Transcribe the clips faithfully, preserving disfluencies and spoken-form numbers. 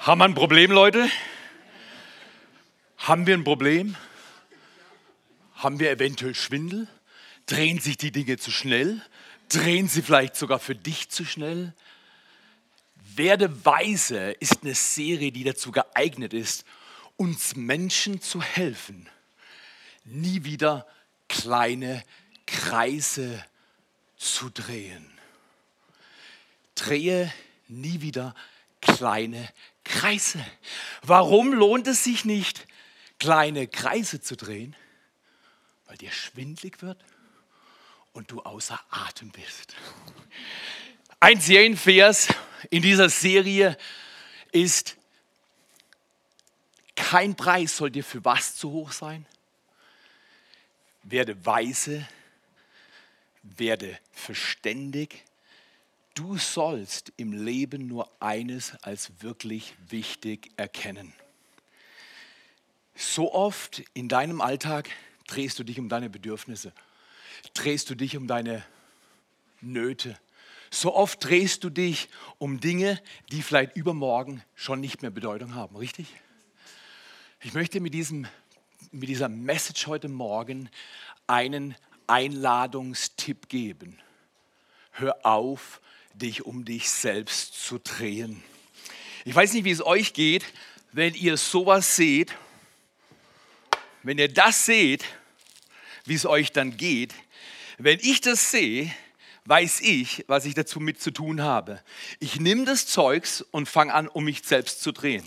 Haben wir ein Problem, Leute? Haben wir ein Problem? Haben wir eventuell Schwindel? Drehen sich die Dinge zu schnell? Drehen sie vielleicht sogar für dich zu schnell? Werde weise ist eine Serie, die dazu geeignet ist, uns Menschen zu helfen, nie wieder kleine Kreise zu drehen. Drehe nie wieder kleine Kreise. Warum lohnt es sich nicht, kleine Kreise zu drehen? Weil dir schwindelig wird und du außer Atem bist. Ein Serienvers in dieser Serie ist: Kein Preis soll dir für was zu hoch sein. Werde weise, werde verständig. Du sollst im Leben nur eines als wirklich wichtig erkennen. So oft in deinem Alltag drehst du dich um deine Bedürfnisse, drehst du dich um deine Nöte. So oft drehst du dich um Dinge, die vielleicht übermorgen schon nicht mehr Bedeutung haben, richtig? Ich möchte mit, diesem, mit dieser Message heute Morgen einen Einladungstipp geben. Hör auf, dich um dich selbst zu drehen. Ich weiß nicht, wie es euch geht, wenn ihr sowas seht. Wenn ihr das seht, wie es euch dann geht. Wenn ich das sehe, weiß ich, was ich dazu mit zu tun habe. Ich nehme das Zeugs und fange an, um mich selbst zu drehen.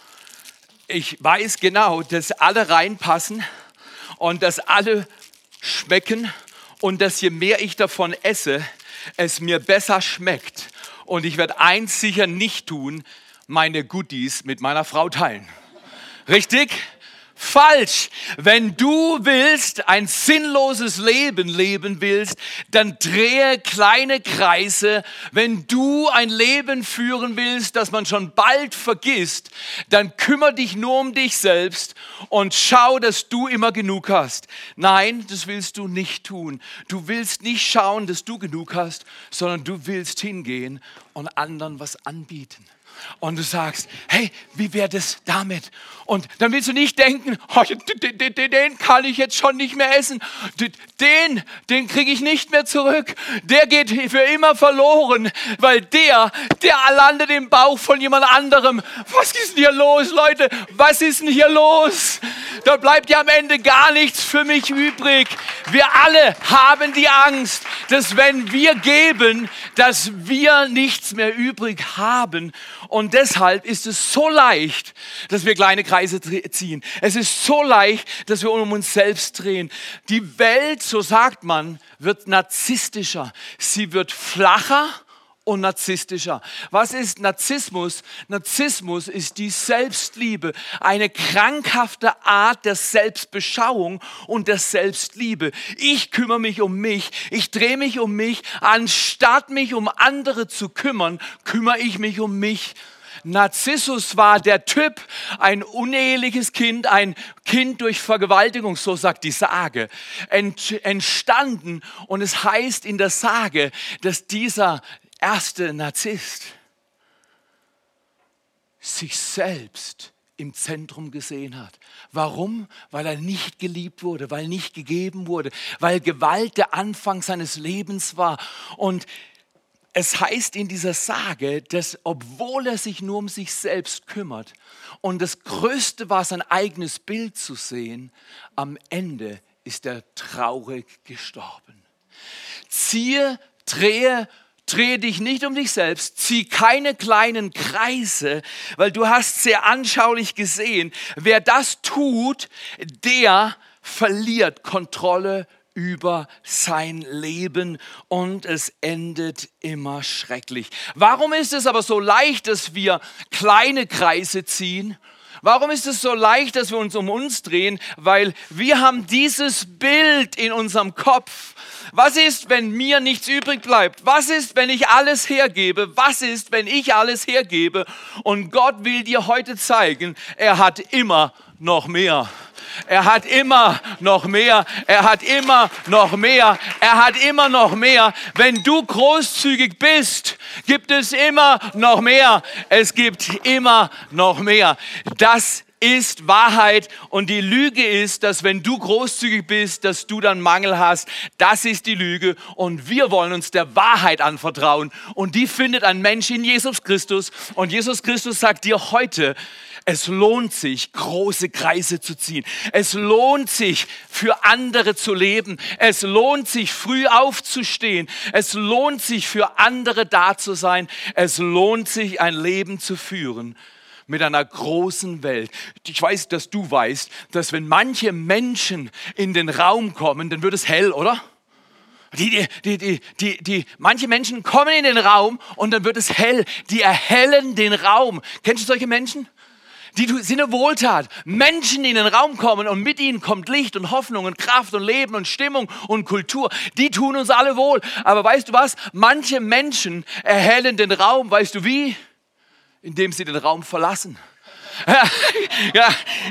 Ich weiß genau, dass alle reinpassen und dass alle schmecken und dass je mehr ich davon esse, es mir besser schmeckt. Und ich werde eins sicher nicht tun, meine Goodies mit meiner Frau teilen. Richtig? Falsch. Wenn du willst, ein sinnloses Leben leben willst, dann drehe kleine Kreise. Wenn du ein Leben führen willst, das man schon bald vergisst, dann kümmere dich nur um dich selbst und schau, dass du immer genug hast. Nein, das willst du nicht tun. Du willst nicht schauen, dass du genug hast, sondern du willst hingehen und anderen was anbieten. Und du sagst, hey, wie wäre das damit? Und dann willst du nicht denken, oh, den, den, den kann ich jetzt schon nicht mehr essen. Den, den kriege ich nicht mehr zurück. Der geht für immer verloren, weil der, der landet im Bauch von jemand anderem. Was ist denn hier los, Leute? Was ist denn hier los? Da bleibt ja am Ende gar nichts für mich übrig. Wir alle haben die Angst, dass wenn wir geben, dass wir nichts mehr übrig haben. Und deshalb ist es so leicht, dass wir kleine Kreise ziehen. Es ist so leicht, dass wir um uns selbst drehen. Die Welt, so sagt man, wird narzisstischer. Sie wird flacher und narzisstischer. Was ist Narzissmus? Narzissmus ist die Selbstliebe, eine krankhafte Art der Selbstbeschauung und der Selbstliebe. Ich kümmere mich um mich, ich drehe mich um mich, anstatt mich um andere zu kümmern, kümmere ich mich um mich. Narzissus war der Typ, ein uneheliches Kind, ein Kind durch Vergewaltigung, so sagt die Sage, ent, entstanden. Und es heißt in der Sage, dass dieser erste Narzisst sich selbst im Zentrum gesehen hat. Warum? Weil er nicht geliebt wurde, weil nicht gegeben wurde, weil Gewalt der Anfang seines Lebens war. Und es heißt in dieser Sage, dass obwohl er sich nur um sich selbst kümmert und das Größte war, sein eigenes Bild zu sehen, am Ende ist er traurig gestorben. Ziehe, drehe, drehe dich nicht um dich selbst, zieh keine kleinen Kreise, weil du hast sehr anschaulich gesehen, wer das tut, der verliert Kontrolle über sein Leben und es endet immer schrecklich. Warum ist es aber so leicht, dass wir kleine Kreise ziehen? Warum ist es so leicht, dass wir uns um uns drehen? Weil wir haben dieses Bild in unserem Kopf. Was ist, wenn mir nichts übrig bleibt? Was ist, wenn ich alles hergebe? Was ist, wenn ich alles hergebe? Und Gott will dir heute zeigen, er hat immer noch mehr. Er hat immer noch mehr. Er hat immer noch mehr. Er hat immer noch mehr. Wenn du großzügig bist, gibt es immer noch mehr. Es gibt immer noch mehr. Das ist Wahrheit und die Lüge ist, dass wenn du großzügig bist, dass du dann Mangel hast. Das ist die Lüge und wir wollen uns der Wahrheit anvertrauen und die findet ein Mensch in Jesus Christus und Jesus Christus sagt dir heute, es lohnt sich, große Kreise zu ziehen. Es lohnt sich, für andere zu leben. Es lohnt sich, früh aufzustehen. Es lohnt sich, für andere da zu sein. Es lohnt sich, ein Leben zu führen mit einer großen Welt. Ich weiß, dass du weißt, dass wenn manche Menschen in den Raum kommen, dann wird es hell, oder? Die, die, die, die, die, manche Menschen kommen in den Raum und dann wird es hell. Die erhellen den Raum. Kennst du solche Menschen? Die sind eine Wohltat. Menschen, die in den Raum kommen und mit ihnen kommt Licht und Hoffnung und Kraft und Leben und Stimmung und Kultur. Die tun uns alle wohl. Aber weißt du was? Manche Menschen erhellen den Raum. Weißt du wie? Indem sie den Raum verlassen. Ja, ja.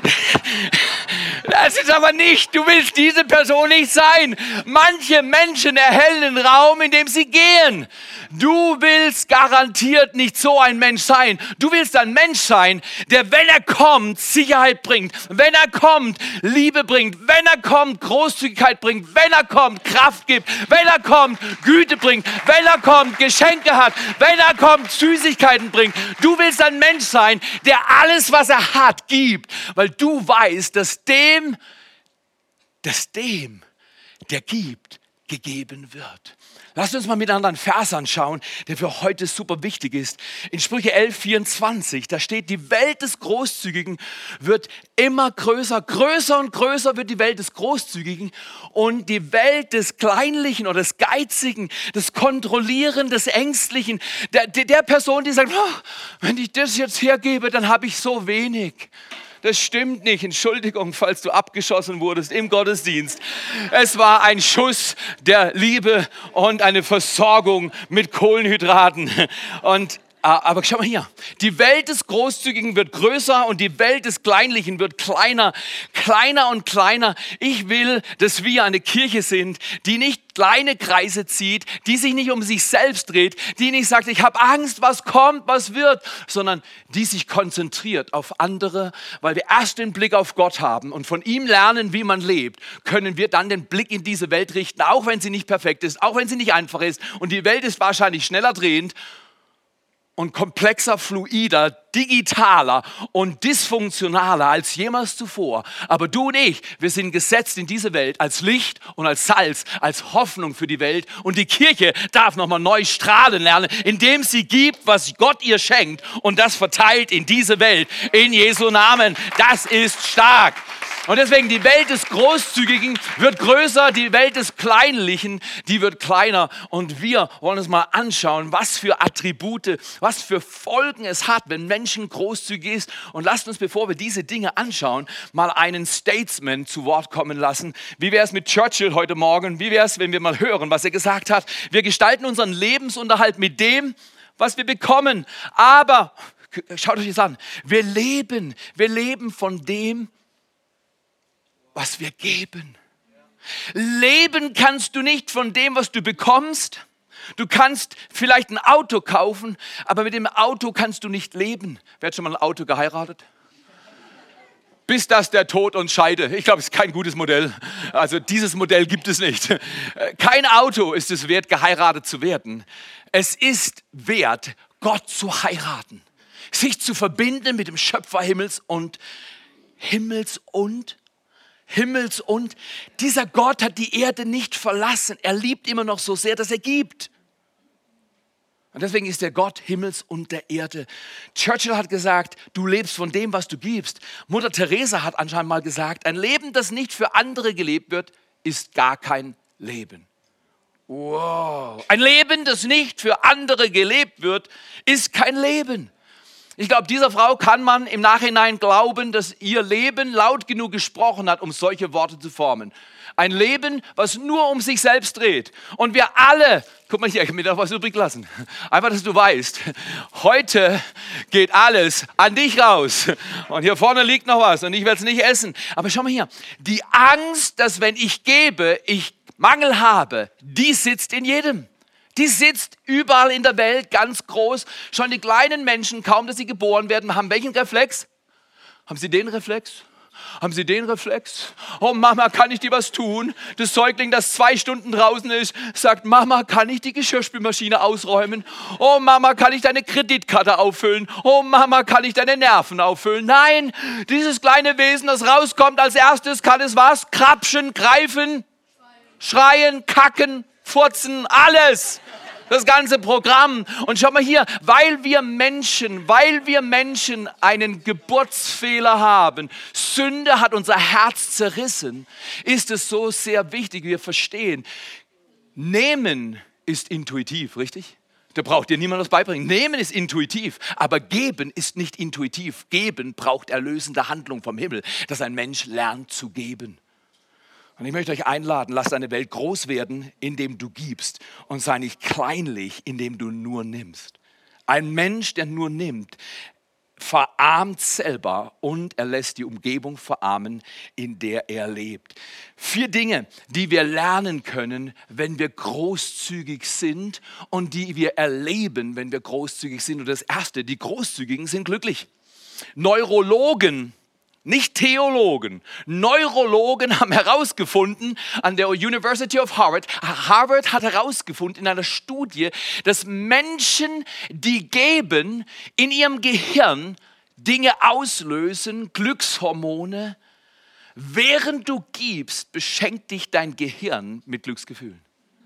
Das ist aber nicht, du willst diese Person nicht sein. Manche Menschen erhellen den Raum, indem sie gehen. Du willst garantiert nicht so ein Mensch sein. Du willst ein Mensch sein, der, wenn er kommt, Sicherheit bringt. Wenn er kommt, Liebe bringt. Wenn er kommt, Großzügigkeit bringt. Wenn er kommt, Kraft gibt. Wenn er kommt, Güte bringt. Wenn er kommt, Geschenke hat. Wenn er kommt, Süßigkeiten bringt. Du willst ein Mensch sein, der alles, was er hat, gibt. Weil du weißt, dass dem, dass dem, der gibt, gegeben wird. Lasst uns mal miteinander einen Vers anschauen, der für heute super wichtig ist. In Sprüche elf, vierundzwanzig, da steht, die Welt des Großzügigen wird immer größer. Größer und größer wird die Welt des Großzügigen. Und die Welt des Kleinlichen oder des Geizigen, des Kontrollieren, des Ängstlichen, der, der Person, die sagt, oh, wenn ich das jetzt hergebe, dann habe ich so wenig. Das stimmt nicht. Entschuldigung, falls du abgeschossen wurdest im Gottesdienst. Es war ein Schuss der Liebe und eine Versorgung mit Kohlenhydraten. Und aber schau mal hier, die Welt des Großzügigen wird größer und die Welt des Kleinlichen wird kleiner, kleiner und kleiner. Ich will, dass wir eine Kirche sind, die nicht kleine Kreise zieht, die sich nicht um sich selbst dreht, die nicht sagt, ich habe Angst, was kommt, was wird, sondern die sich konzentriert auf andere, weil wir erst den Blick auf Gott haben und von ihm lernen, wie man lebt, können wir dann den Blick in diese Welt richten, auch wenn sie nicht perfekt ist, auch wenn sie nicht einfach ist und die Welt ist wahrscheinlich schneller drehend und komplexer, fluider, digitaler und dysfunktionaler als jemals zuvor. Aber du und ich, wir sind gesetzt in diese Welt als Licht und als Salz, als Hoffnung für die Welt. Und die Kirche darf nochmal neu strahlen lernen, indem sie gibt, was Gott ihr schenkt und das verteilt in diese Welt. In Jesu Namen. Das ist stark. Und deswegen, die Welt des Großzügigen wird größer, die Welt des Kleinlichen, die wird kleiner. Und wir wollen uns mal anschauen, was für Attribute, was für Folgen es hat, wenn Menschen großzügig ist. Und lasst uns, bevor wir diese Dinge anschauen, mal einen Statesman zu Wort kommen lassen. Wie wäre es mit Churchill heute Morgen? Wie wäre es, wenn wir mal hören, was er gesagt hat? Wir gestalten unseren Lebensunterhalt mit dem, was wir bekommen. Aber, schaut euch das an, wir leben, wir leben von dem, was wir geben. Leben kannst du nicht von dem, was du bekommst. Du kannst vielleicht ein Auto kaufen, aber mit dem Auto kannst du nicht leben. Wer hat schon mal ein Auto geheiratet? Bis das der Tod uns scheide. Ich glaube, es ist kein gutes Modell. Also dieses Modell gibt es nicht. Kein Auto ist es wert, geheiratet zu werden. Es ist wert, Gott zu heiraten. Sich zu verbinden mit dem Schöpfer Himmels und Himmels und Himmels und dieser Gott hat die Erde nicht verlassen. Er liebt immer noch so sehr, dass er gibt. Und deswegen ist der Gott Himmels und der Erde. Churchill hat gesagt, du lebst von dem, was du gibst. Mutter Teresa hat anscheinend mal gesagt, ein Leben, das nicht für andere gelebt wird, ist gar kein Leben. Wow. Ein Leben, das nicht für andere gelebt wird, ist kein Leben. Ich glaube, dieser Frau kann man im Nachhinein glauben, dass ihr Leben laut genug gesprochen hat, um solche Worte zu formen. Ein Leben, was nur um sich selbst dreht. Und wir alle, guck mal hier, ich habe mir da was übrig lassen. Einfach, dass du weißt, heute geht alles an dich raus. Und hier vorne liegt noch was und ich werde es nicht essen. Aber schau mal hier, die Angst, dass wenn ich gebe, ich Mangel habe, die sitzt in jedem. Die sitzt überall in der Welt ganz groß. Schon die kleinen Menschen, kaum dass sie geboren werden, haben welchen Reflex? Haben sie den Reflex? Haben Sie den Reflex? Oh Mama, kann ich dir was tun? Das Säugling, das zwei Stunden draußen ist, sagt, Mama, kann ich die Geschirrspülmaschine ausräumen? Oh Mama, kann ich deine Kreditkarte auffüllen? Oh Mama, kann ich deine Nerven auffüllen? Nein, dieses kleine Wesen, das rauskommt als erstes, kann es was? Krapschen, greifen, schreien, kacken, furzen, alles. Das ganze Programm. Und schau mal hier, weil wir Menschen, weil wir Menschen einen Geburtsfehler haben, Sünde hat unser Herz zerrissen, ist es so sehr wichtig, wir verstehen, nehmen ist intuitiv, richtig? Da braucht dir niemand was beibringen. Nehmen ist intuitiv, aber geben ist nicht intuitiv. Geben braucht erlösende Handlung vom Himmel, dass ein Mensch lernt zu geben. Und ich möchte euch einladen, lass deine Welt groß werden, indem du gibst und sei nicht kleinlich, indem du nur nimmst. Ein Mensch, der nur nimmt, verarmt selber und er lässt die Umgebung verarmen, in der er lebt. Vier Dinge, die wir lernen können, wenn wir großzügig sind und die wir erleben, wenn wir großzügig sind. Und das Erste, die Großzügigen sind glücklich. Neurologen, nicht Theologen, Neurologen haben herausgefunden an der University of Harvard, Harvard hat herausgefunden in einer Studie, dass Menschen, die geben, in ihrem Gehirn Dinge auslösen, Glückshormone. Während du gibst, beschenkt dich dein Gehirn mit Glücksgefühlen.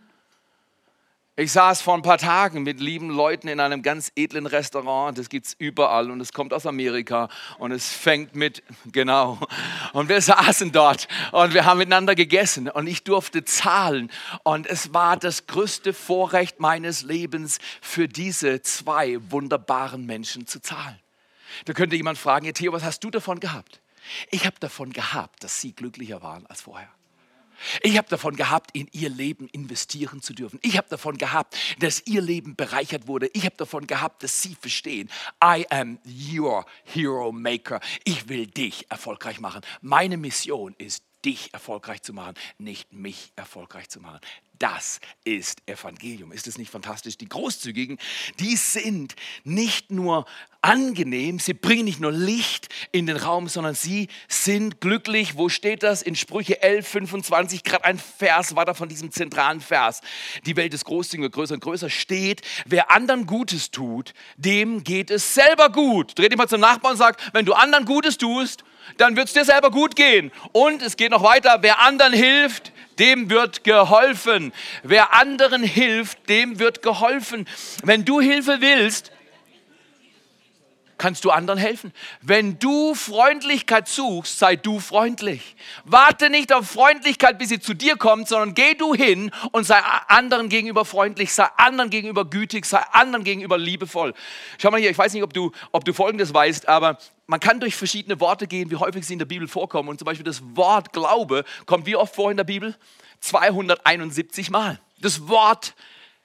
Ich saß vor ein paar Tagen mit lieben Leuten in einem ganz edlen Restaurant, das gibt es überall und es kommt aus Amerika und es fängt mit, genau, und wir saßen dort und wir haben miteinander gegessen und ich durfte zahlen und es war das größte Vorrecht meines Lebens, für diese zwei wunderbaren Menschen zu zahlen. Da könnte jemand fragen, hey Theo, was hast du davon gehabt? Ich habe davon gehabt, dass sie glücklicher waren als vorher. Ich habe davon gehabt, in ihr Leben investieren zu dürfen. Ich habe davon gehabt, dass ihr Leben bereichert wurde. Ich habe davon gehabt, dass sie verstehen, I am your hero maker. Ich will dich erfolgreich machen. Meine Mission ist, dich erfolgreich zu machen, nicht mich erfolgreich zu machen. Das ist Evangelium. Ist es nicht fantastisch? Die Großzügigen, die sind nicht nur angenehm, sie bringen nicht nur Licht in den Raum, sondern sie sind glücklich. Wo steht das? In Sprüche elf, fünfundzwanzig, gerade ein Vers war da von diesem zentralen Vers. Die Welt ist großzügig, größer und größer, steht, wer anderen Gutes tut, dem geht es selber gut. Dreh dich mal zum Nachbarn und sag, wenn du anderen Gutes tust, dann wird es dir selber gut gehen. Und es geht noch weiter, wer anderen hilft, dem wird geholfen. Wer anderen hilft, dem wird geholfen. Wenn du Hilfe willst, kannst du anderen helfen. Wenn du Freundlichkeit suchst, sei du freundlich. Warte nicht auf Freundlichkeit, bis sie zu dir kommt, sondern geh du hin und sei anderen gegenüber freundlich, sei anderen gegenüber gütig, sei anderen gegenüber liebevoll. Schau mal hier, ich weiß nicht, ob du, ob du Folgendes weißt, aber man kann durch verschiedene Worte gehen, wie häufig sie in der Bibel vorkommen. Und zum Beispiel das Wort Glaube kommt wie oft vor in der Bibel? zweihunderteinundsiebzig Mal. Das Wort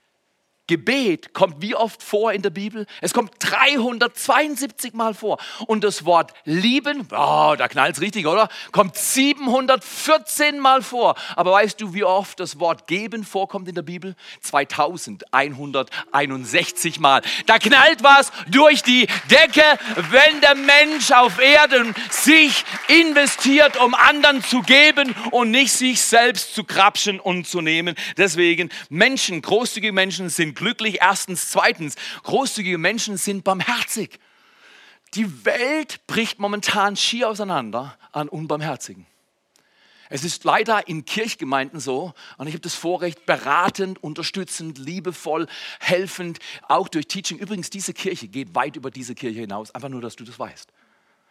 Gebet kommt wie oft vor in der Bibel? Es kommt dreihundertzweiundsiebzig Mal vor. Und das Wort lieben, oh, da knallt es richtig, oder? Kommt siebenhundertvierzehn Mal vor. Aber weißt du, wie oft das Wort geben vorkommt in der Bibel? zweitausendeinhunderteinundsechzig Mal. Da knallt was durch die Decke, wenn der Mensch auf Erden sich investiert, um anderen zu geben und nicht sich selbst zu krapschen und zu nehmen. Deswegen, Menschen, großzügige Menschen sind glücklich. Erstens. Zweitens, großzügige Menschen sind barmherzig. Die Welt bricht momentan schier auseinander an Unbarmherzigen. Es ist leider in Kirchgemeinden so, und ich habe das Vorrecht, beratend, unterstützend, liebevoll, helfend, auch durch Teaching. Übrigens, diese Kirche geht weit über diese Kirche hinaus, einfach nur, dass du das weißt.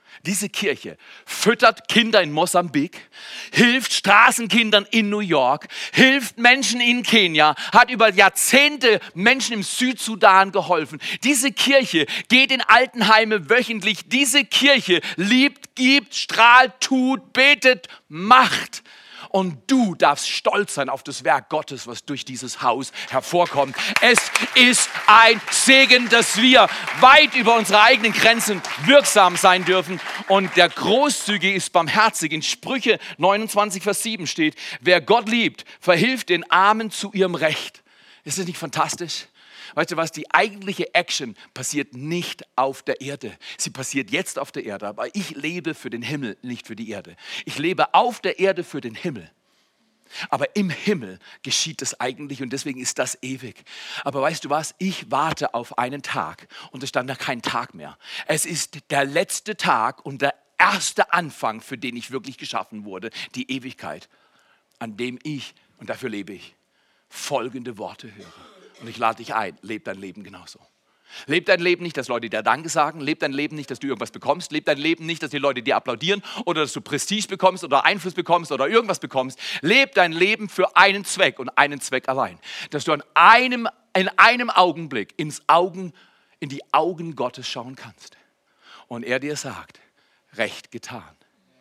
Diese Kirche füttert Kinder in Mosambik, hilft Straßenkindern in New York, hilft Menschen in Kenia, hat über Jahrzehnte Menschen im Südsudan geholfen. Diese Kirche geht in Altenheime wöchentlich. Diese Kirche liebt, gibt, strahlt, tut, betet, macht. Und du darfst stolz sein auf das Werk Gottes, was durch dieses Haus hervorkommt. Es ist ein Segen, dass wir weit über unsere eigenen Grenzen wirksam sein dürfen. Und der Großzügige ist barmherzig. In Sprüche neunundzwanzig, Vers sieben steht, wer Gott liebt, verhilft den Armen zu ihrem Recht. Ist das nicht fantastisch? Weißt du was, die eigentliche Action passiert nicht auf der Erde. Sie passiert jetzt auf der Erde, aber ich lebe für den Himmel, nicht für die Erde. Ich lebe auf der Erde für den Himmel. Aber im Himmel geschieht das eigentlich und deswegen ist das ewig. Aber weißt du was, ich warte auf einen Tag und es stand da kein Tag mehr. Es ist der letzte Tag und der erste Anfang, für den ich wirklich geschaffen wurde, die Ewigkeit, an dem ich, und dafür lebe ich, folgende Worte höre. Und ich lade dich ein, lebe dein Leben genauso. Lebe dein Leben nicht, dass Leute dir Danke sagen. Lebe dein Leben nicht, dass du irgendwas bekommst. Lebe dein Leben nicht, dass die Leute dir applaudieren oder dass du Prestige bekommst oder Einfluss bekommst oder irgendwas bekommst. Lebe dein Leben für einen Zweck und einen Zweck allein. Dass du an einem, in einem Augenblick ins Augen, in die Augen Gottes schauen kannst. Und er dir sagt, Recht getan.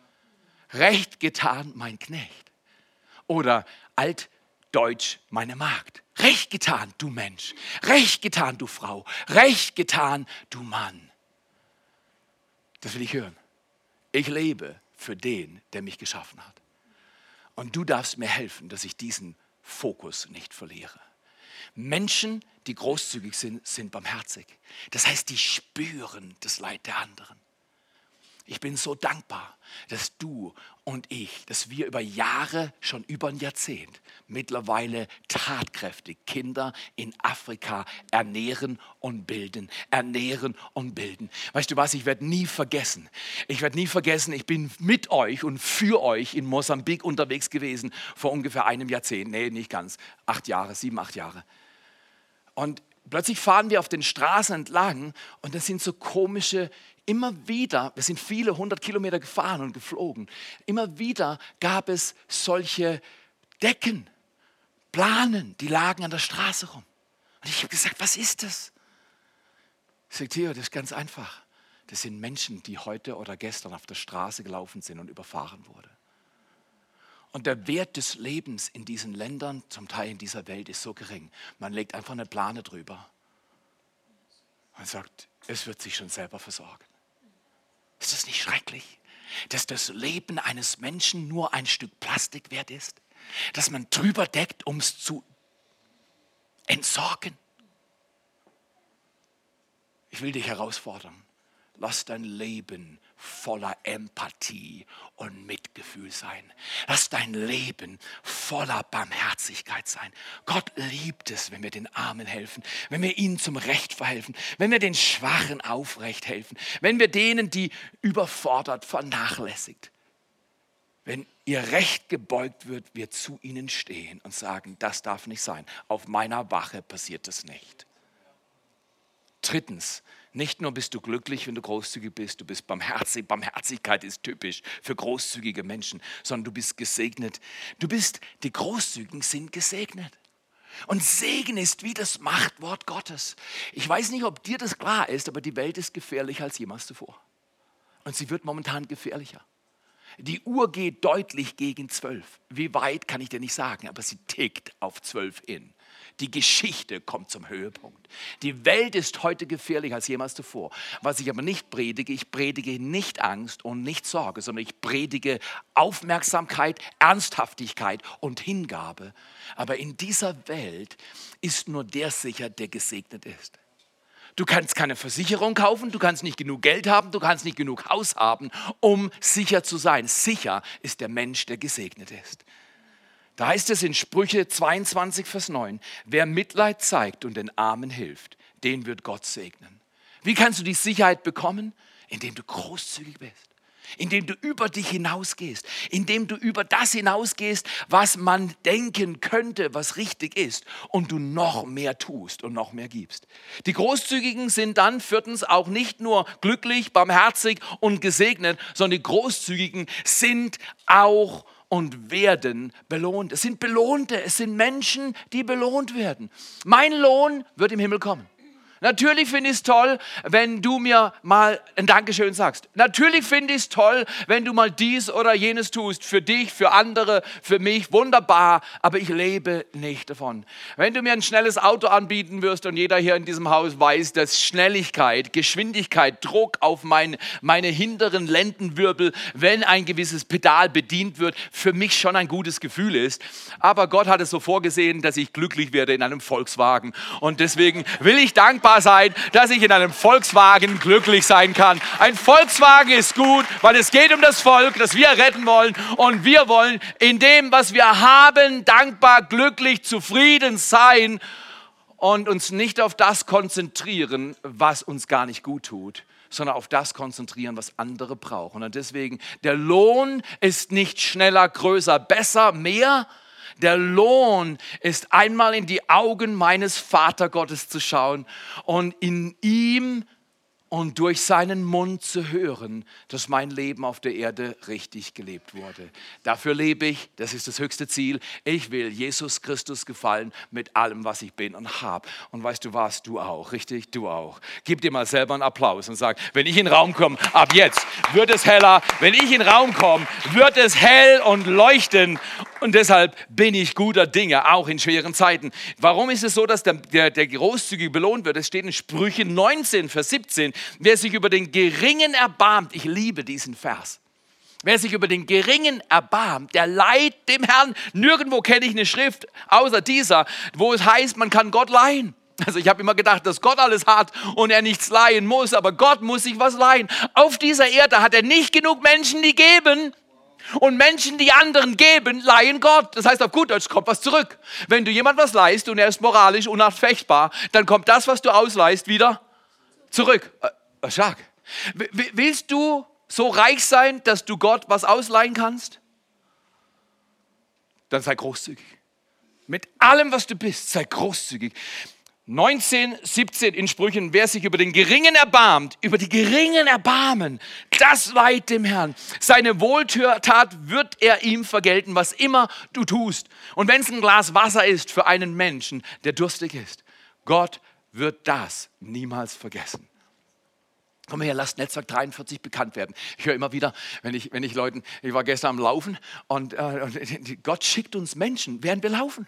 Recht getan, mein Knecht. Oder altdeutsch, meine Magd. Recht getan, du Mensch. Recht getan, du Frau. Recht getan, du Mann. Das will ich hören. Ich lebe für den, der mich geschaffen hat. Und du darfst mir helfen, dass ich diesen Fokus nicht verliere. Menschen, die großzügig sind, sind barmherzig. Das heißt, die spüren das Leid der anderen. Ich bin so dankbar, dass du und ich, dass wir über Jahre, schon über ein Jahrzehnt, mittlerweile tatkräftig Kinder in Afrika ernähren und bilden, ernähren und bilden. Weißt du was, ich werde nie vergessen, ich werde nie vergessen, ich bin mit euch und für euch in Mosambik unterwegs gewesen, vor ungefähr einem Jahrzehnt, nee, nicht ganz, acht Jahre, sieben, acht Jahre. Und plötzlich fahren wir auf den Straßen entlang und das sind so komische, immer wieder, wir sind viele hundert Kilometer gefahren und geflogen, immer wieder gab es solche Decken, Planen, die lagen an der Straße rum. Und ich habe gesagt, was ist das? Ich sage, Theo, das ist ganz einfach. Das sind Menschen, die heute oder gestern auf der Straße gelaufen sind und überfahren wurden. Und der Wert des Lebens in diesen Ländern, zum Teil in dieser Welt, ist so gering. Man legt einfach eine Plane drüber. Man sagt, es wird sich schon selber versorgen. Ist das nicht schrecklich, dass das Leben eines Menschen nur ein Stück Plastik wert ist? Dass man drüber deckt, um es zu entsorgen? Ich will dich herausfordern. Lass dein Leben voller Empathie und Mitgefühl sein. Lass dein Leben voller Barmherzigkeit sein. Gott liebt es, wenn wir den Armen helfen, wenn wir ihnen zum Recht verhelfen, wenn wir den Schwachen aufrecht helfen, wenn wir denen, die überfordert, vernachlässigt. Wenn ihr Recht gebeugt wird, wir zu ihnen stehen und sagen, das darf nicht sein. Auf meiner Wache passiert das nicht. Drittens, nicht nur bist du glücklich, wenn du großzügig bist, du bist barmherzig. Barmherzigkeit ist typisch für großzügige Menschen, sondern du bist gesegnet. Du bist, die Großzügigen sind gesegnet. Und Segen ist wie das Machtwort Gottes. Ich weiß nicht, ob dir das klar ist, aber die Welt ist gefährlicher als jemals zuvor. Und sie wird momentan gefährlicher. Die Uhr geht deutlich gegen zwölf. Wie weit, kann ich dir nicht sagen, aber sie tickt auf zwölf hin. Die Geschichte kommt zum Höhepunkt. Die Welt ist heute gefährlicher als jemals zuvor. Was ich aber nicht predige, ich predige nicht Angst und nicht Sorge, sondern ich predige Aufmerksamkeit, Ernsthaftigkeit und Hingabe. Aber in dieser Welt ist nur der sicher, der gesegnet ist. Du kannst keine Versicherung kaufen, du kannst nicht genug Geld haben, du kannst nicht genug Haus haben, um sicher zu sein. Sicher ist der Mensch, der gesegnet ist. Da heißt es in Sprüche zweiundzwanzig, Vers neun, wer Mitleid zeigt und den Armen hilft, den wird Gott segnen. Wie kannst du die Sicherheit bekommen? Indem du großzügig bist. indem du über dich hinausgehst, indem du über das hinausgehst, was man denken könnte, was richtig ist, und du noch mehr tust und noch mehr gibst. Die Großzügigen sind dann viertens auch nicht nur glücklich, barmherzig und gesegnet, sondern die Großzügigen sind auch und werden belohnt. Es sind Belohnte, es sind Menschen, die belohnt werden. Mein Lohn wird im Himmel kommen. Natürlich finde ich es toll, wenn du mir mal ein Dankeschön sagst. Natürlich finde ich es toll, wenn du mal dies oder jenes tust. Für dich, für andere, für mich. Wunderbar, aber ich lebe nicht davon. Wenn du mir ein schnelles Auto anbieten wirst und jeder hier in diesem Haus weiß, dass Schnelligkeit, Geschwindigkeit, Druck auf mein, meine hinteren Lendenwirbel, wenn ein gewisses Pedal bedient wird, für mich schon ein gutes Gefühl ist. Aber Gott hat es so vorgesehen, dass ich glücklich werde in einem Volkswagen. Und deswegen will ich dankbar sein, dass ich in einem Volkswagen glücklich sein kann. Ein Volkswagen ist gut, weil es geht um das Volk, das wir retten wollen. Und wir wollen in dem, was wir haben, dankbar, glücklich, zufrieden sein und uns nicht auf das konzentrieren, was uns gar nicht gut tut, sondern auf das konzentrieren, was andere brauchen. Und deswegen, der Lohn ist nicht schneller, größer, besser, mehr. Der Lohn ist einmal in die Augen meines Vatergottes zu schauen und in ihm und durch seinen Mund zu hören, dass mein Leben auf der Erde richtig gelebt wurde. Dafür lebe ich, das ist das höchste Ziel. Ich will Jesus Christus gefallen mit allem, was ich bin und habe. Und weißt du was, du auch, richtig? Du auch. Gib dir mal selber einen Applaus und sag, wenn ich in den Raum komme, ab jetzt wird es heller. Wenn ich in den Raum komme, wird es hell und leuchten. Und deshalb bin ich guter Dinge, auch in schweren Zeiten. Warum ist es so, dass der, der, der Großzügige belohnt wird? Es steht in Sprüche neunzehn, Vers siebzehn. Wer sich über den Geringen erbarmt, ich liebe diesen Vers. Wer sich über den Geringen erbarmt, der leiht dem Herrn. Nirgendwo kenne ich eine Schrift, außer dieser, wo es heißt, man kann Gott leihen. Also ich habe immer gedacht, dass Gott alles hat und er nichts leihen muss, aber Gott muss sich was leihen. Auf dieser Erde hat er nicht genug Menschen, die geben. Und Menschen, die anderen geben, leihen Gott. Das heißt, auf gut Deutsch kommt was zurück. Wenn du jemand was leihst und er ist moralisch unanfechtbar, dann kommt das, was du ausleihst, wieder zurück. Äh, stark. Willst du so reich sein, dass du Gott was ausleihen kannst? Dann sei großzügig. Mit allem, was du bist, sei großzügig. neunzehn, siebzehn in Sprüchen, wer sich über den Geringen erbarmt, über die Geringen erbarmen, das leiht dem Herrn. Seine Wohltat wird er ihm vergelten, was immer du tust. Und wenn es ein Glas Wasser ist für einen Menschen, der durstig ist, Gott wird das niemals vergessen. Komm her, lasst Netzwerk dreiundvierzig bekannt werden. Ich höre immer wieder, wenn ich, wenn ich Leuten, ich war gestern am Laufen und, äh, und Gott schickt uns Menschen, während wir laufen.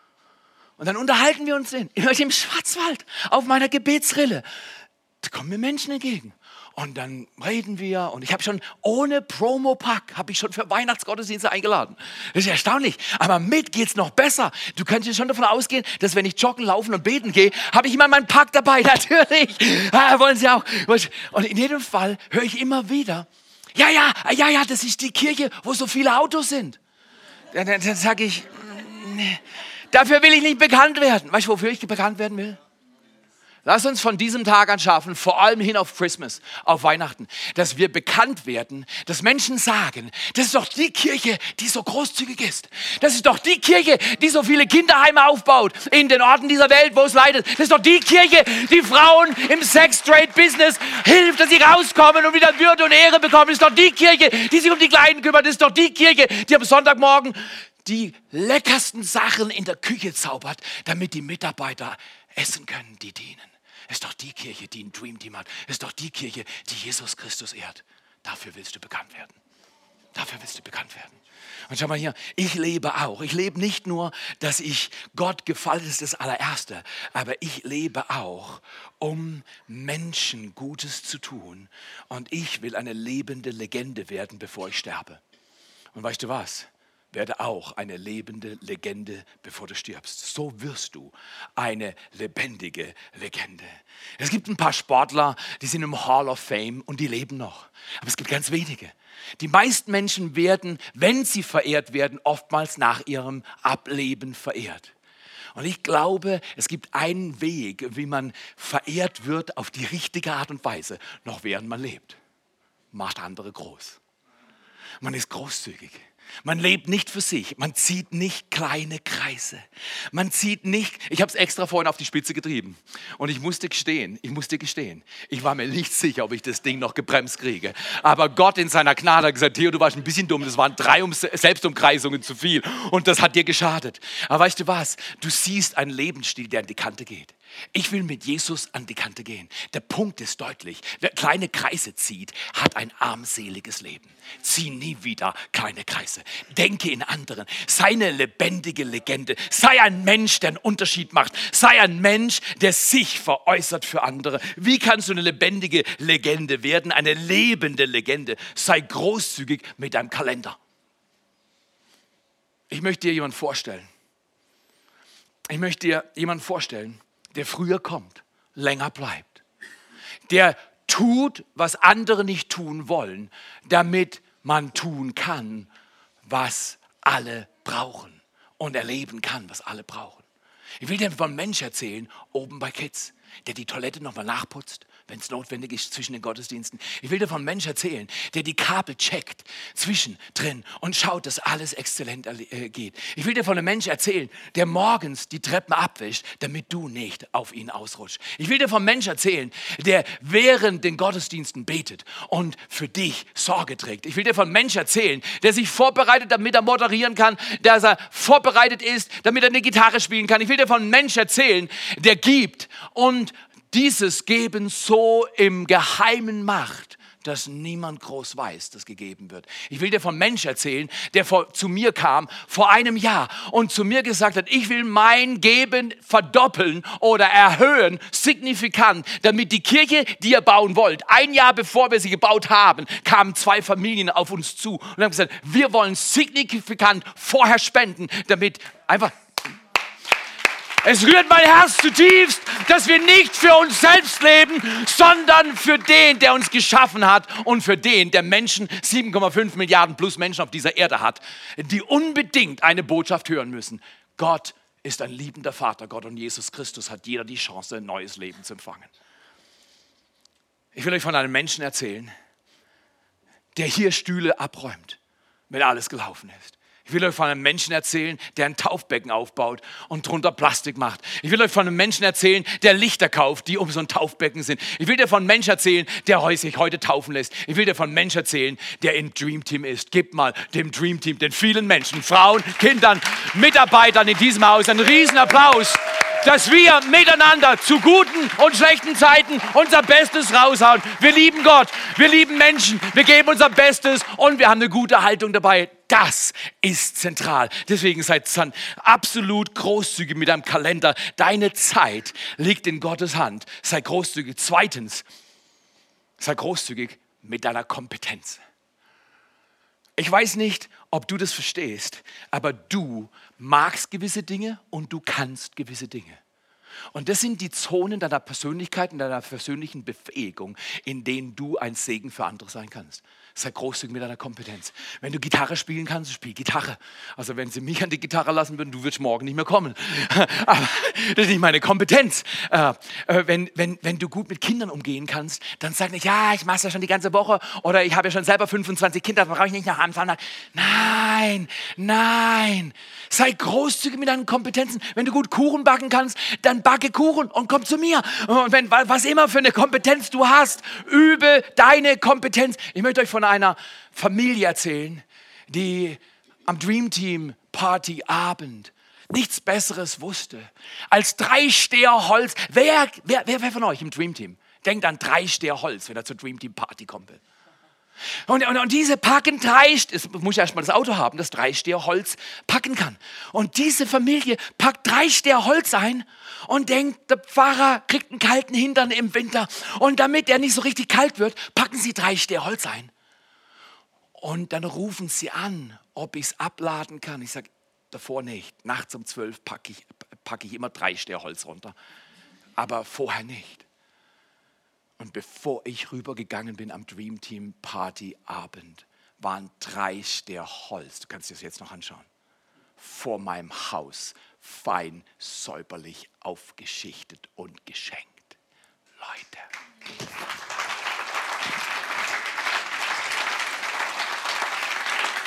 Und dann unterhalten wir uns in, im Schwarzwald, auf meiner Gebetsrille. Da kommen mir Menschen entgegen. Und dann reden wir. Und ich habe schon ohne Promo-Pack, habe ich schon für Weihnachtsgottesdienste eingeladen. Das ist erstaunlich. Aber mit geht's noch besser. Du könntest schon davon ausgehen, dass wenn ich joggen, laufen und beten gehe, habe ich immer meinen Pack dabei. Natürlich. Ja, wollen Sie auch. Und in jedem Fall höre ich immer wieder, ja, ja, ja, ja, das ist die Kirche, wo so viele Autos sind. Dann, dann, dann sage ich, nee. Dafür will ich nicht bekannt werden. Weißt du, wofür ich bekannt werden will? Lass uns von diesem Tag an schaffen, vor allem hin auf Christmas, auf Weihnachten, dass wir bekannt werden, dass Menschen sagen, das ist doch die Kirche, die so großzügig ist. Das ist doch die Kirche, die so viele Kinderheime aufbaut in den Orten dieser Welt, wo es leidet. Das ist doch die Kirche, die Frauen im Sex-Trade-Business hilft, dass sie rauskommen und wieder Würde und Ehre bekommen. Das ist doch die Kirche, die sich um die Kleinen kümmert. Das ist doch die Kirche, die am Sonntagmorgen die leckersten Sachen in der Küche zaubert, damit die Mitarbeiter essen können, die dienen. Es ist doch die Kirche, die ein Dream Team hat. Es ist doch die Kirche, die Jesus Christus ehrt. Dafür willst du bekannt werden. Dafür willst du bekannt werden. Und schau mal hier, ich lebe auch. Ich lebe nicht nur, dass ich Gott gefallen, das ist das allererste, aber ich lebe auch, um Menschen Gutes zu tun. Und ich will eine lebende Legende werden, bevor ich sterbe. Und weißt du was? Werde auch eine lebende Legende, bevor du stirbst. So wirst du eine lebendige Legende. Es gibt ein paar Sportler, die sind im Hall of Fame und die leben noch. Aber es gibt ganz wenige. Die meisten Menschen werden, wenn sie verehrt werden, oftmals nach ihrem Ableben verehrt. Und ich glaube, es gibt einen Weg, wie man verehrt wird auf die richtige Art und Weise, noch während man lebt. Macht andere groß. Man ist großzügig. Man lebt nicht für sich. Man zieht nicht kleine Kreise. Man zieht nicht, ich habe es extra vorhin auf die Spitze getrieben. Und ich musste gestehen, ich musste gestehen, ich war mir nicht sicher, ob ich das Ding noch gebremst kriege. Aber Gott in seiner Gnade hat gesagt, Theo, du warst ein bisschen dumm. Das waren drei um Selbstumkreisungen zu viel. Und das hat dir geschadet. Aber weißt du was? Du siehst einen Lebensstil, der an die Kante geht. Ich will mit Jesus an die Kante gehen. Der Punkt ist deutlich. Wer kleine Kreise zieht, hat ein armseliges Leben. Zieh nie wieder kleine Kreise. Denke in anderen. Sei eine lebendige Legende. Sei ein Mensch, der einen Unterschied macht. Sei ein Mensch, der sich veräußert für andere. Wie kannst du eine lebendige Legende werden? Eine lebende Legende. Sei großzügig mit deinem Kalender. Ich möchte dir jemanden vorstellen. Ich möchte dir jemanden vorstellen, der früher kommt, länger bleibt. Der tut, was andere nicht tun wollen, damit man tun kann, was alle brauchen und erleben kann, was alle brauchen. Ich will dir von einem Menschen erzählen, oben bei Kids, der die Toilette nochmal nachputzt, wenn es notwendig ist, zwischen den Gottesdiensten. Ich will dir von einem Menschen erzählen, der die Kabel checkt, zwischendrin und schaut, dass alles exzellent geht. Ich will dir von einem Menschen erzählen, der morgens die Treppen abwischt, damit du nicht auf ihn ausrutschst. Ich will dir von einem Menschen erzählen, der während den Gottesdiensten betet und für dich Sorge trägt. Ich will dir von einem Menschen erzählen, der sich vorbereitet, damit er moderieren kann, dass er vorbereitet ist, damit er eine Gitarre spielen kann. Ich will dir von einem Menschen erzählen, der gibt und dieses Geben so im Geheimen macht, dass niemand groß weiß, dass gegeben wird. Ich will dir von einem Menschen erzählen, der vor, zu mir kam vor einem Jahr und zu mir gesagt hat, ich will mein Geben verdoppeln oder erhöhen, signifikant, damit die Kirche, die ihr bauen wollt, ein Jahr bevor wir sie gebaut haben, kamen zwei Familien auf uns zu und haben gesagt, wir wollen signifikant vorher spenden, damit einfach... Es rührt mein Herz zutiefst, dass wir nicht für uns selbst leben, sondern für den, der uns geschaffen hat und für den, der Menschen, sieben Komma fünf Milliarden plus Menschen auf dieser Erde hat, die unbedingt eine Botschaft hören müssen. Gott ist ein liebender Vater, Gott, und Jesus Christus hat jeder die Chance, ein neues Leben zu empfangen. Ich will euch von einem Menschen erzählen, der hier Stühle abräumt, wenn alles gelaufen ist. Ich will euch von einem Menschen erzählen, der ein Taufbecken aufbaut und drunter Plastik macht. Ich will euch von einem Menschen erzählen, der Lichter kauft, die um so ein Taufbecken sind. Ich will dir von einem Menschen erzählen, der sich heute taufen lässt. Ich will dir von einem Menschen erzählen, der im Dream Team ist. Gib mal dem Dream Team, den vielen Menschen, Frauen, Kindern, Mitarbeitern in diesem Haus einen riesen Applaus, dass wir miteinander zu guten und schlechten Zeiten unser Bestes raushauen. Wir lieben Gott, wir lieben Menschen, wir geben unser Bestes und wir haben eine gute Haltung dabei. Das ist zentral. Deswegen seid absolut großzügig mit deinem Kalender. Deine Zeit liegt in Gottes Hand. Sei großzügig. Zweitens, sei großzügig mit deiner Kompetenz. Ich weiß nicht, ob du das verstehst, aber du magst gewisse Dinge und du kannst gewisse Dinge. Und das sind die Zonen deiner Persönlichkeit und deiner persönlichen Befähigung, in denen du ein Segen für andere sein kannst. Sei großzügig mit deiner Kompetenz. Wenn du Gitarre spielen kannst, spiel Gitarre. Also wenn sie mich an die Gitarre lassen würden, du würdest morgen nicht mehr kommen. Aber das ist nicht meine Kompetenz. Äh, wenn, wenn, wenn du gut mit Kindern umgehen kannst, dann sag nicht, ja, ich mache es ja schon die ganze Woche oder ich habe ja schon selber fünfundzwanzig Kinder, da brauche ich nicht nach Anfang. Nein, nein. Sei großzügig mit deinen Kompetenzen. Wenn du gut Kuchen backen kannst, dann backe Kuchen und komm zu mir. Und wenn was immer für eine Kompetenz du hast, übe deine Kompetenz. Ich möchte euch von einer Familie erzählen, die am Dream Team Party Abend nichts Besseres wusste als drei Steher Holz. Wer, wer, wer, wer von euch im Dream Team denkt an drei Steher Holz, wenn er zur Dream Team Party kommt? Und, und, und diese packen drei, es muss ja erstmal das Auto haben, das drei Steher Holz packen kann. Und diese Familie packt drei Steher Holz ein und denkt, der Pfarrer kriegt einen kalten Hintern im Winter. Und damit er nicht so richtig kalt wird, packen sie drei Steher Holz ein. Und dann rufen sie an, ob ich es abladen kann. Ich sage, davor nicht. Nachts um zwölf packe ich, packe ich immer drei Steher Holz runter. Aber vorher nicht. Und bevor ich rübergegangen bin am Dream Team Party Abend, waren drei Steher Holz, du kannst dir das jetzt noch anschauen, vor meinem Haus fein säuberlich aufgeschichtet und geschenkt. Leute.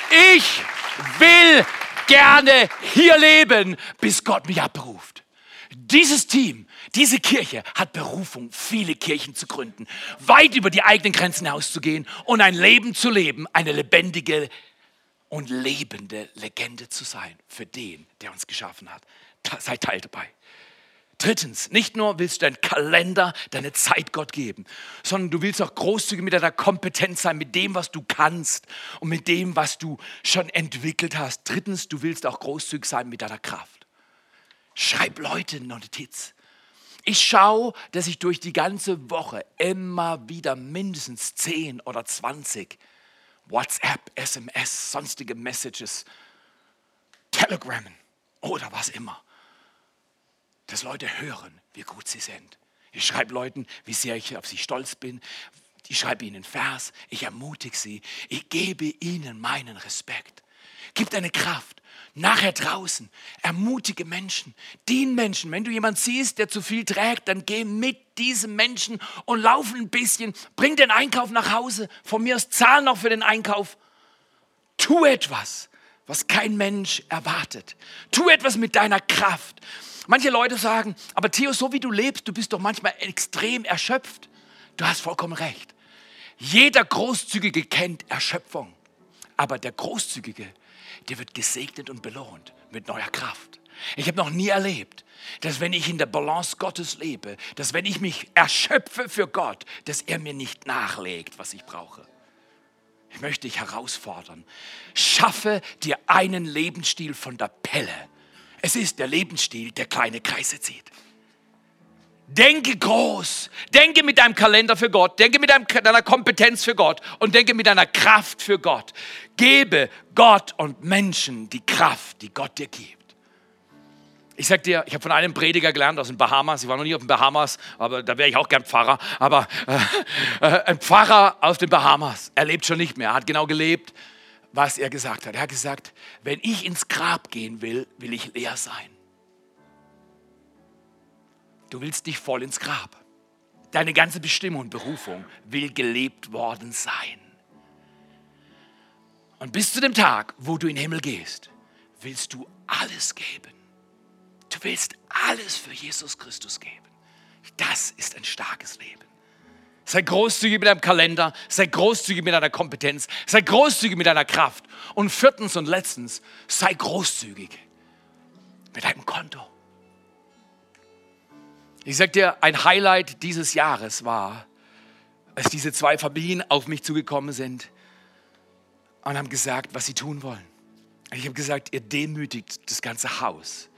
Ich will gerne hier leben, bis Gott mich abberuft. Dieses Team, diese Kirche hat Berufung, viele Kirchen zu gründen, weit über die eigenen Grenzen hinauszugehen und ein Leben zu leben, eine lebendige und lebende Legende zu sein für den, der uns geschaffen hat. Sei Teil dabei. Drittens, nicht nur willst du deinen Kalender, deine Zeit Gott geben, sondern du willst auch großzügig mit deiner Kompetenz sein, mit dem, was du kannst und mit dem, was du schon entwickelt hast. Drittens, du willst auch großzügig sein mit deiner Kraft. Schreib Leute eine Notiz. Ich schaue, dass ich durch die ganze Woche immer wieder mindestens zehn oder zwanzig WhatsApp, S M S, sonstige Messages, Telegrammen oder was immer, dass Leute hören, wie gut sie sind. Ich schreibe Leuten, wie sehr ich auf sie stolz bin. Ich schreibe ihnen einen Vers, ich ermutige sie, ich gebe ihnen meinen Respekt. Gib deine Kraft. Nachher draußen, ermutige Menschen, dien Menschen. Wenn du jemanden siehst, der zu viel trägt, dann geh mit diesem Menschen und lauf ein bisschen. Bring den Einkauf nach Hause. Von mir aus zahl noch für den Einkauf. Tu etwas, was kein Mensch erwartet. Tu etwas mit deiner Kraft. Manche Leute sagen, aber Theo, so wie du lebst, du bist doch manchmal extrem erschöpft. Du hast vollkommen recht. Jeder Großzügige kennt Erschöpfung. Aber der Großzügige, der wird gesegnet und belohnt mit neuer Kraft. Ich habe noch nie erlebt, dass wenn ich in der Balance Gottes lebe, dass wenn ich mich erschöpfe für Gott, dass er mir nicht nachlegt, was ich brauche. Ich möchte dich herausfordern. Schaffe dir einen Lebensstil von der Pelle. Es ist der Lebensstil, der kleine Kreise zieht. Denke groß, denke mit deinem Kalender für Gott, denke mit deinem, deiner Kompetenz für Gott und denke mit deiner Kraft für Gott. Gebe Gott und Menschen die Kraft, die Gott dir gibt. Ich sag dir, ich habe von einem Prediger gelernt aus den Bahamas, ich war noch nie auf den Bahamas, aber da wäre ich auch gern Pfarrer, aber äh, äh, ein Pfarrer aus den Bahamas, er lebt schon nicht mehr, er hat genau gelebt, was er gesagt hat. Er hat gesagt, wenn ich ins Grab gehen will, will ich leer sein. Du willst nicht voll ins Grab. Deine ganze Bestimmung und Berufung will gelebt worden sein. Und bis zu dem Tag, wo du in den Himmel gehst, willst du alles geben. Du willst alles für Jesus Christus geben. Das ist ein starkes Leben. Sei großzügig mit deinem Kalender, sei großzügig mit deiner Kompetenz, sei großzügig mit deiner Kraft. Und viertens und letztens, sei großzügig mit deinem Konto. Ich sag dir, ein Highlight dieses Jahres war, als diese zwei Familien auf mich zugekommen sind und haben gesagt, was sie tun wollen. Ich habe gesagt, ihr demütigt das ganze Haus.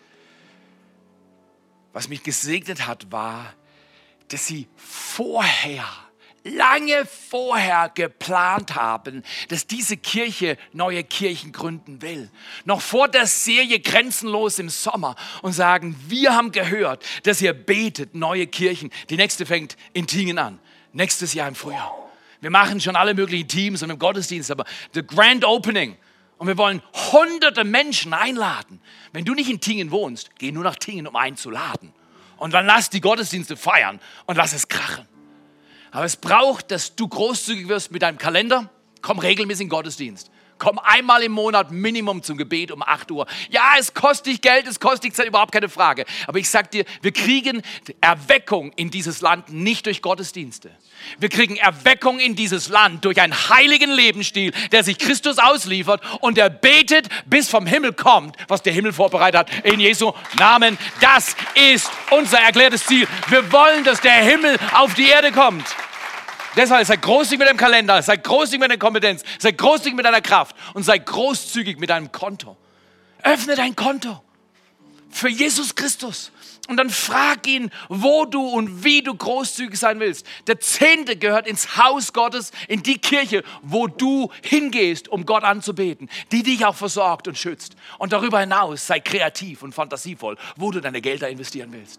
Was mich gesegnet hat, war, dass sie vorher, lange vorher geplant haben, dass diese Kirche neue Kirchen gründen will. Noch vor der Serie Grenzenlos im Sommer und sagen, wir haben gehört, dass ihr betet, neue Kirchen. Die nächste fängt in Tingen an, nächstes Jahr im Frühjahr. Wir machen schon alle möglichen Teams und im Gottesdienst, aber the Grand Opening. Und wir wollen hunderte Menschen einladen. Wenn du nicht in Tingen wohnst, geh nur nach Tingen, um einzuladen. Und dann lass die Gottesdienste feiern und lass es krachen. Aber es braucht, dass du großzügig wirst mit deinem Kalender. Komm regelmäßig in den Gottesdienst. Komm einmal im Monat Minimum zum Gebet um acht Uhr. Ja, es kostet dich Geld, es kostet dich Zeit, überhaupt keine Frage. Aber ich sag dir, wir kriegen Erweckung in dieses Land nicht durch Gottesdienste. Wir kriegen Erweckung in dieses Land durch einen heiligen Lebensstil, der sich Christus ausliefert und der betet, bis vom Himmel kommt, was der Himmel vorbereitet hat. In Jesu Namen. Das ist unser erklärtes Ziel. Wir wollen, dass der Himmel auf die Erde kommt. Deshalb sei großzügig mit deinem Kalender, sei großzügig mit deiner Kompetenz, sei großzügig mit deiner Kraft und sei großzügig mit deinem Konto. Öffne dein Konto für Jesus Christus und dann frag ihn, wo du und wie du großzügig sein willst. Der Zehnte gehört ins Haus Gottes, in die Kirche, wo du hingehst, um Gott anzubeten, die dich auch versorgt und schützt. Und darüber hinaus sei kreativ und fantasievoll, wo du deine Gelder investieren willst.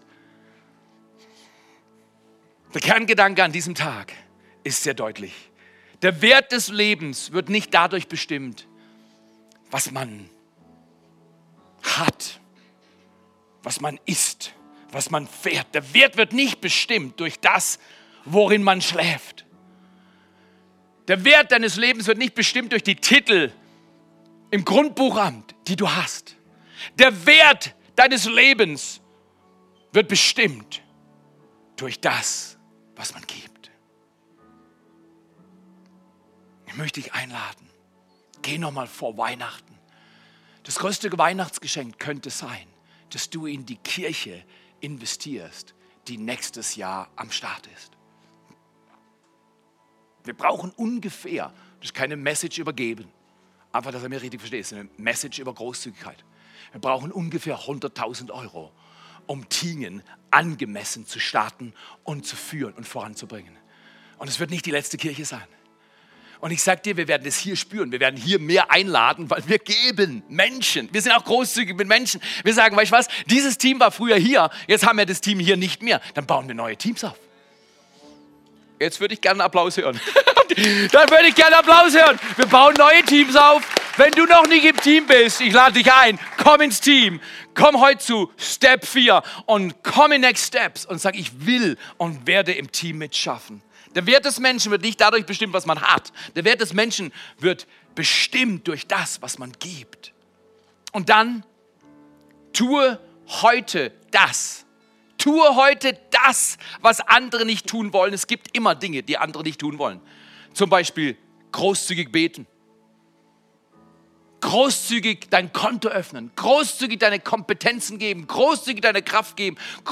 Der Kerngedanke an diesem Tag ist sehr deutlich. Der Wert des Lebens wird nicht dadurch bestimmt, was man hat, was man isst, was man fährt. Der Wert wird nicht bestimmt durch das, worin man schläft. Der Wert deines Lebens wird nicht bestimmt durch die Titel, im Grundbuchamt, die du hast. Der Wert deines Lebens wird bestimmt durch das, was man gibt. Ich möchte dich einladen. Geh nochmal vor Weihnachten. Das größte Weihnachtsgeschenk könnte sein, dass du in die Kirche investierst, die nächstes Jahr am Start ist. Wir brauchen ungefähr, das ist keine Message übergeben, einfach, dass er mir richtig versteht, es ist eine Message über Großzügigkeit. Wir brauchen ungefähr hunderttausend Euro, um Tingen angemessen zu starten und zu führen und voranzubringen. Und es wird nicht die letzte Kirche sein. Und ich sage dir, wir werden es hier spüren. Wir werden hier mehr einladen, weil wir geben Menschen. Wir sind auch großzügig mit Menschen. Wir sagen, weißt du was, dieses Team war früher hier, jetzt haben wir das Team hier nicht mehr. Dann bauen wir neue Teams auf. Jetzt würde ich gerne einen Applaus hören. Dann würde ich gerne einen Applaus hören. Wir bauen neue Teams auf. Wenn du noch nicht im Team bist, ich lade dich ein, komm ins Team. Komm heute zu Step vier und komm in Next Steps und sag, ich will und werde im Team mitschaffen. Der Wert des Menschen wird nicht dadurch bestimmt, was man hat. Der Wert des Menschen wird bestimmt durch das, was man gibt. Und dann tue heute das. Tue heute das, was andere nicht tun wollen. Es gibt immer Dinge, die andere nicht tun wollen. Zum Beispiel großzügig beten. Großzügig dein Konto öffnen. Großzügig deine Kompetenzen geben. Großzügig deine Kraft geben.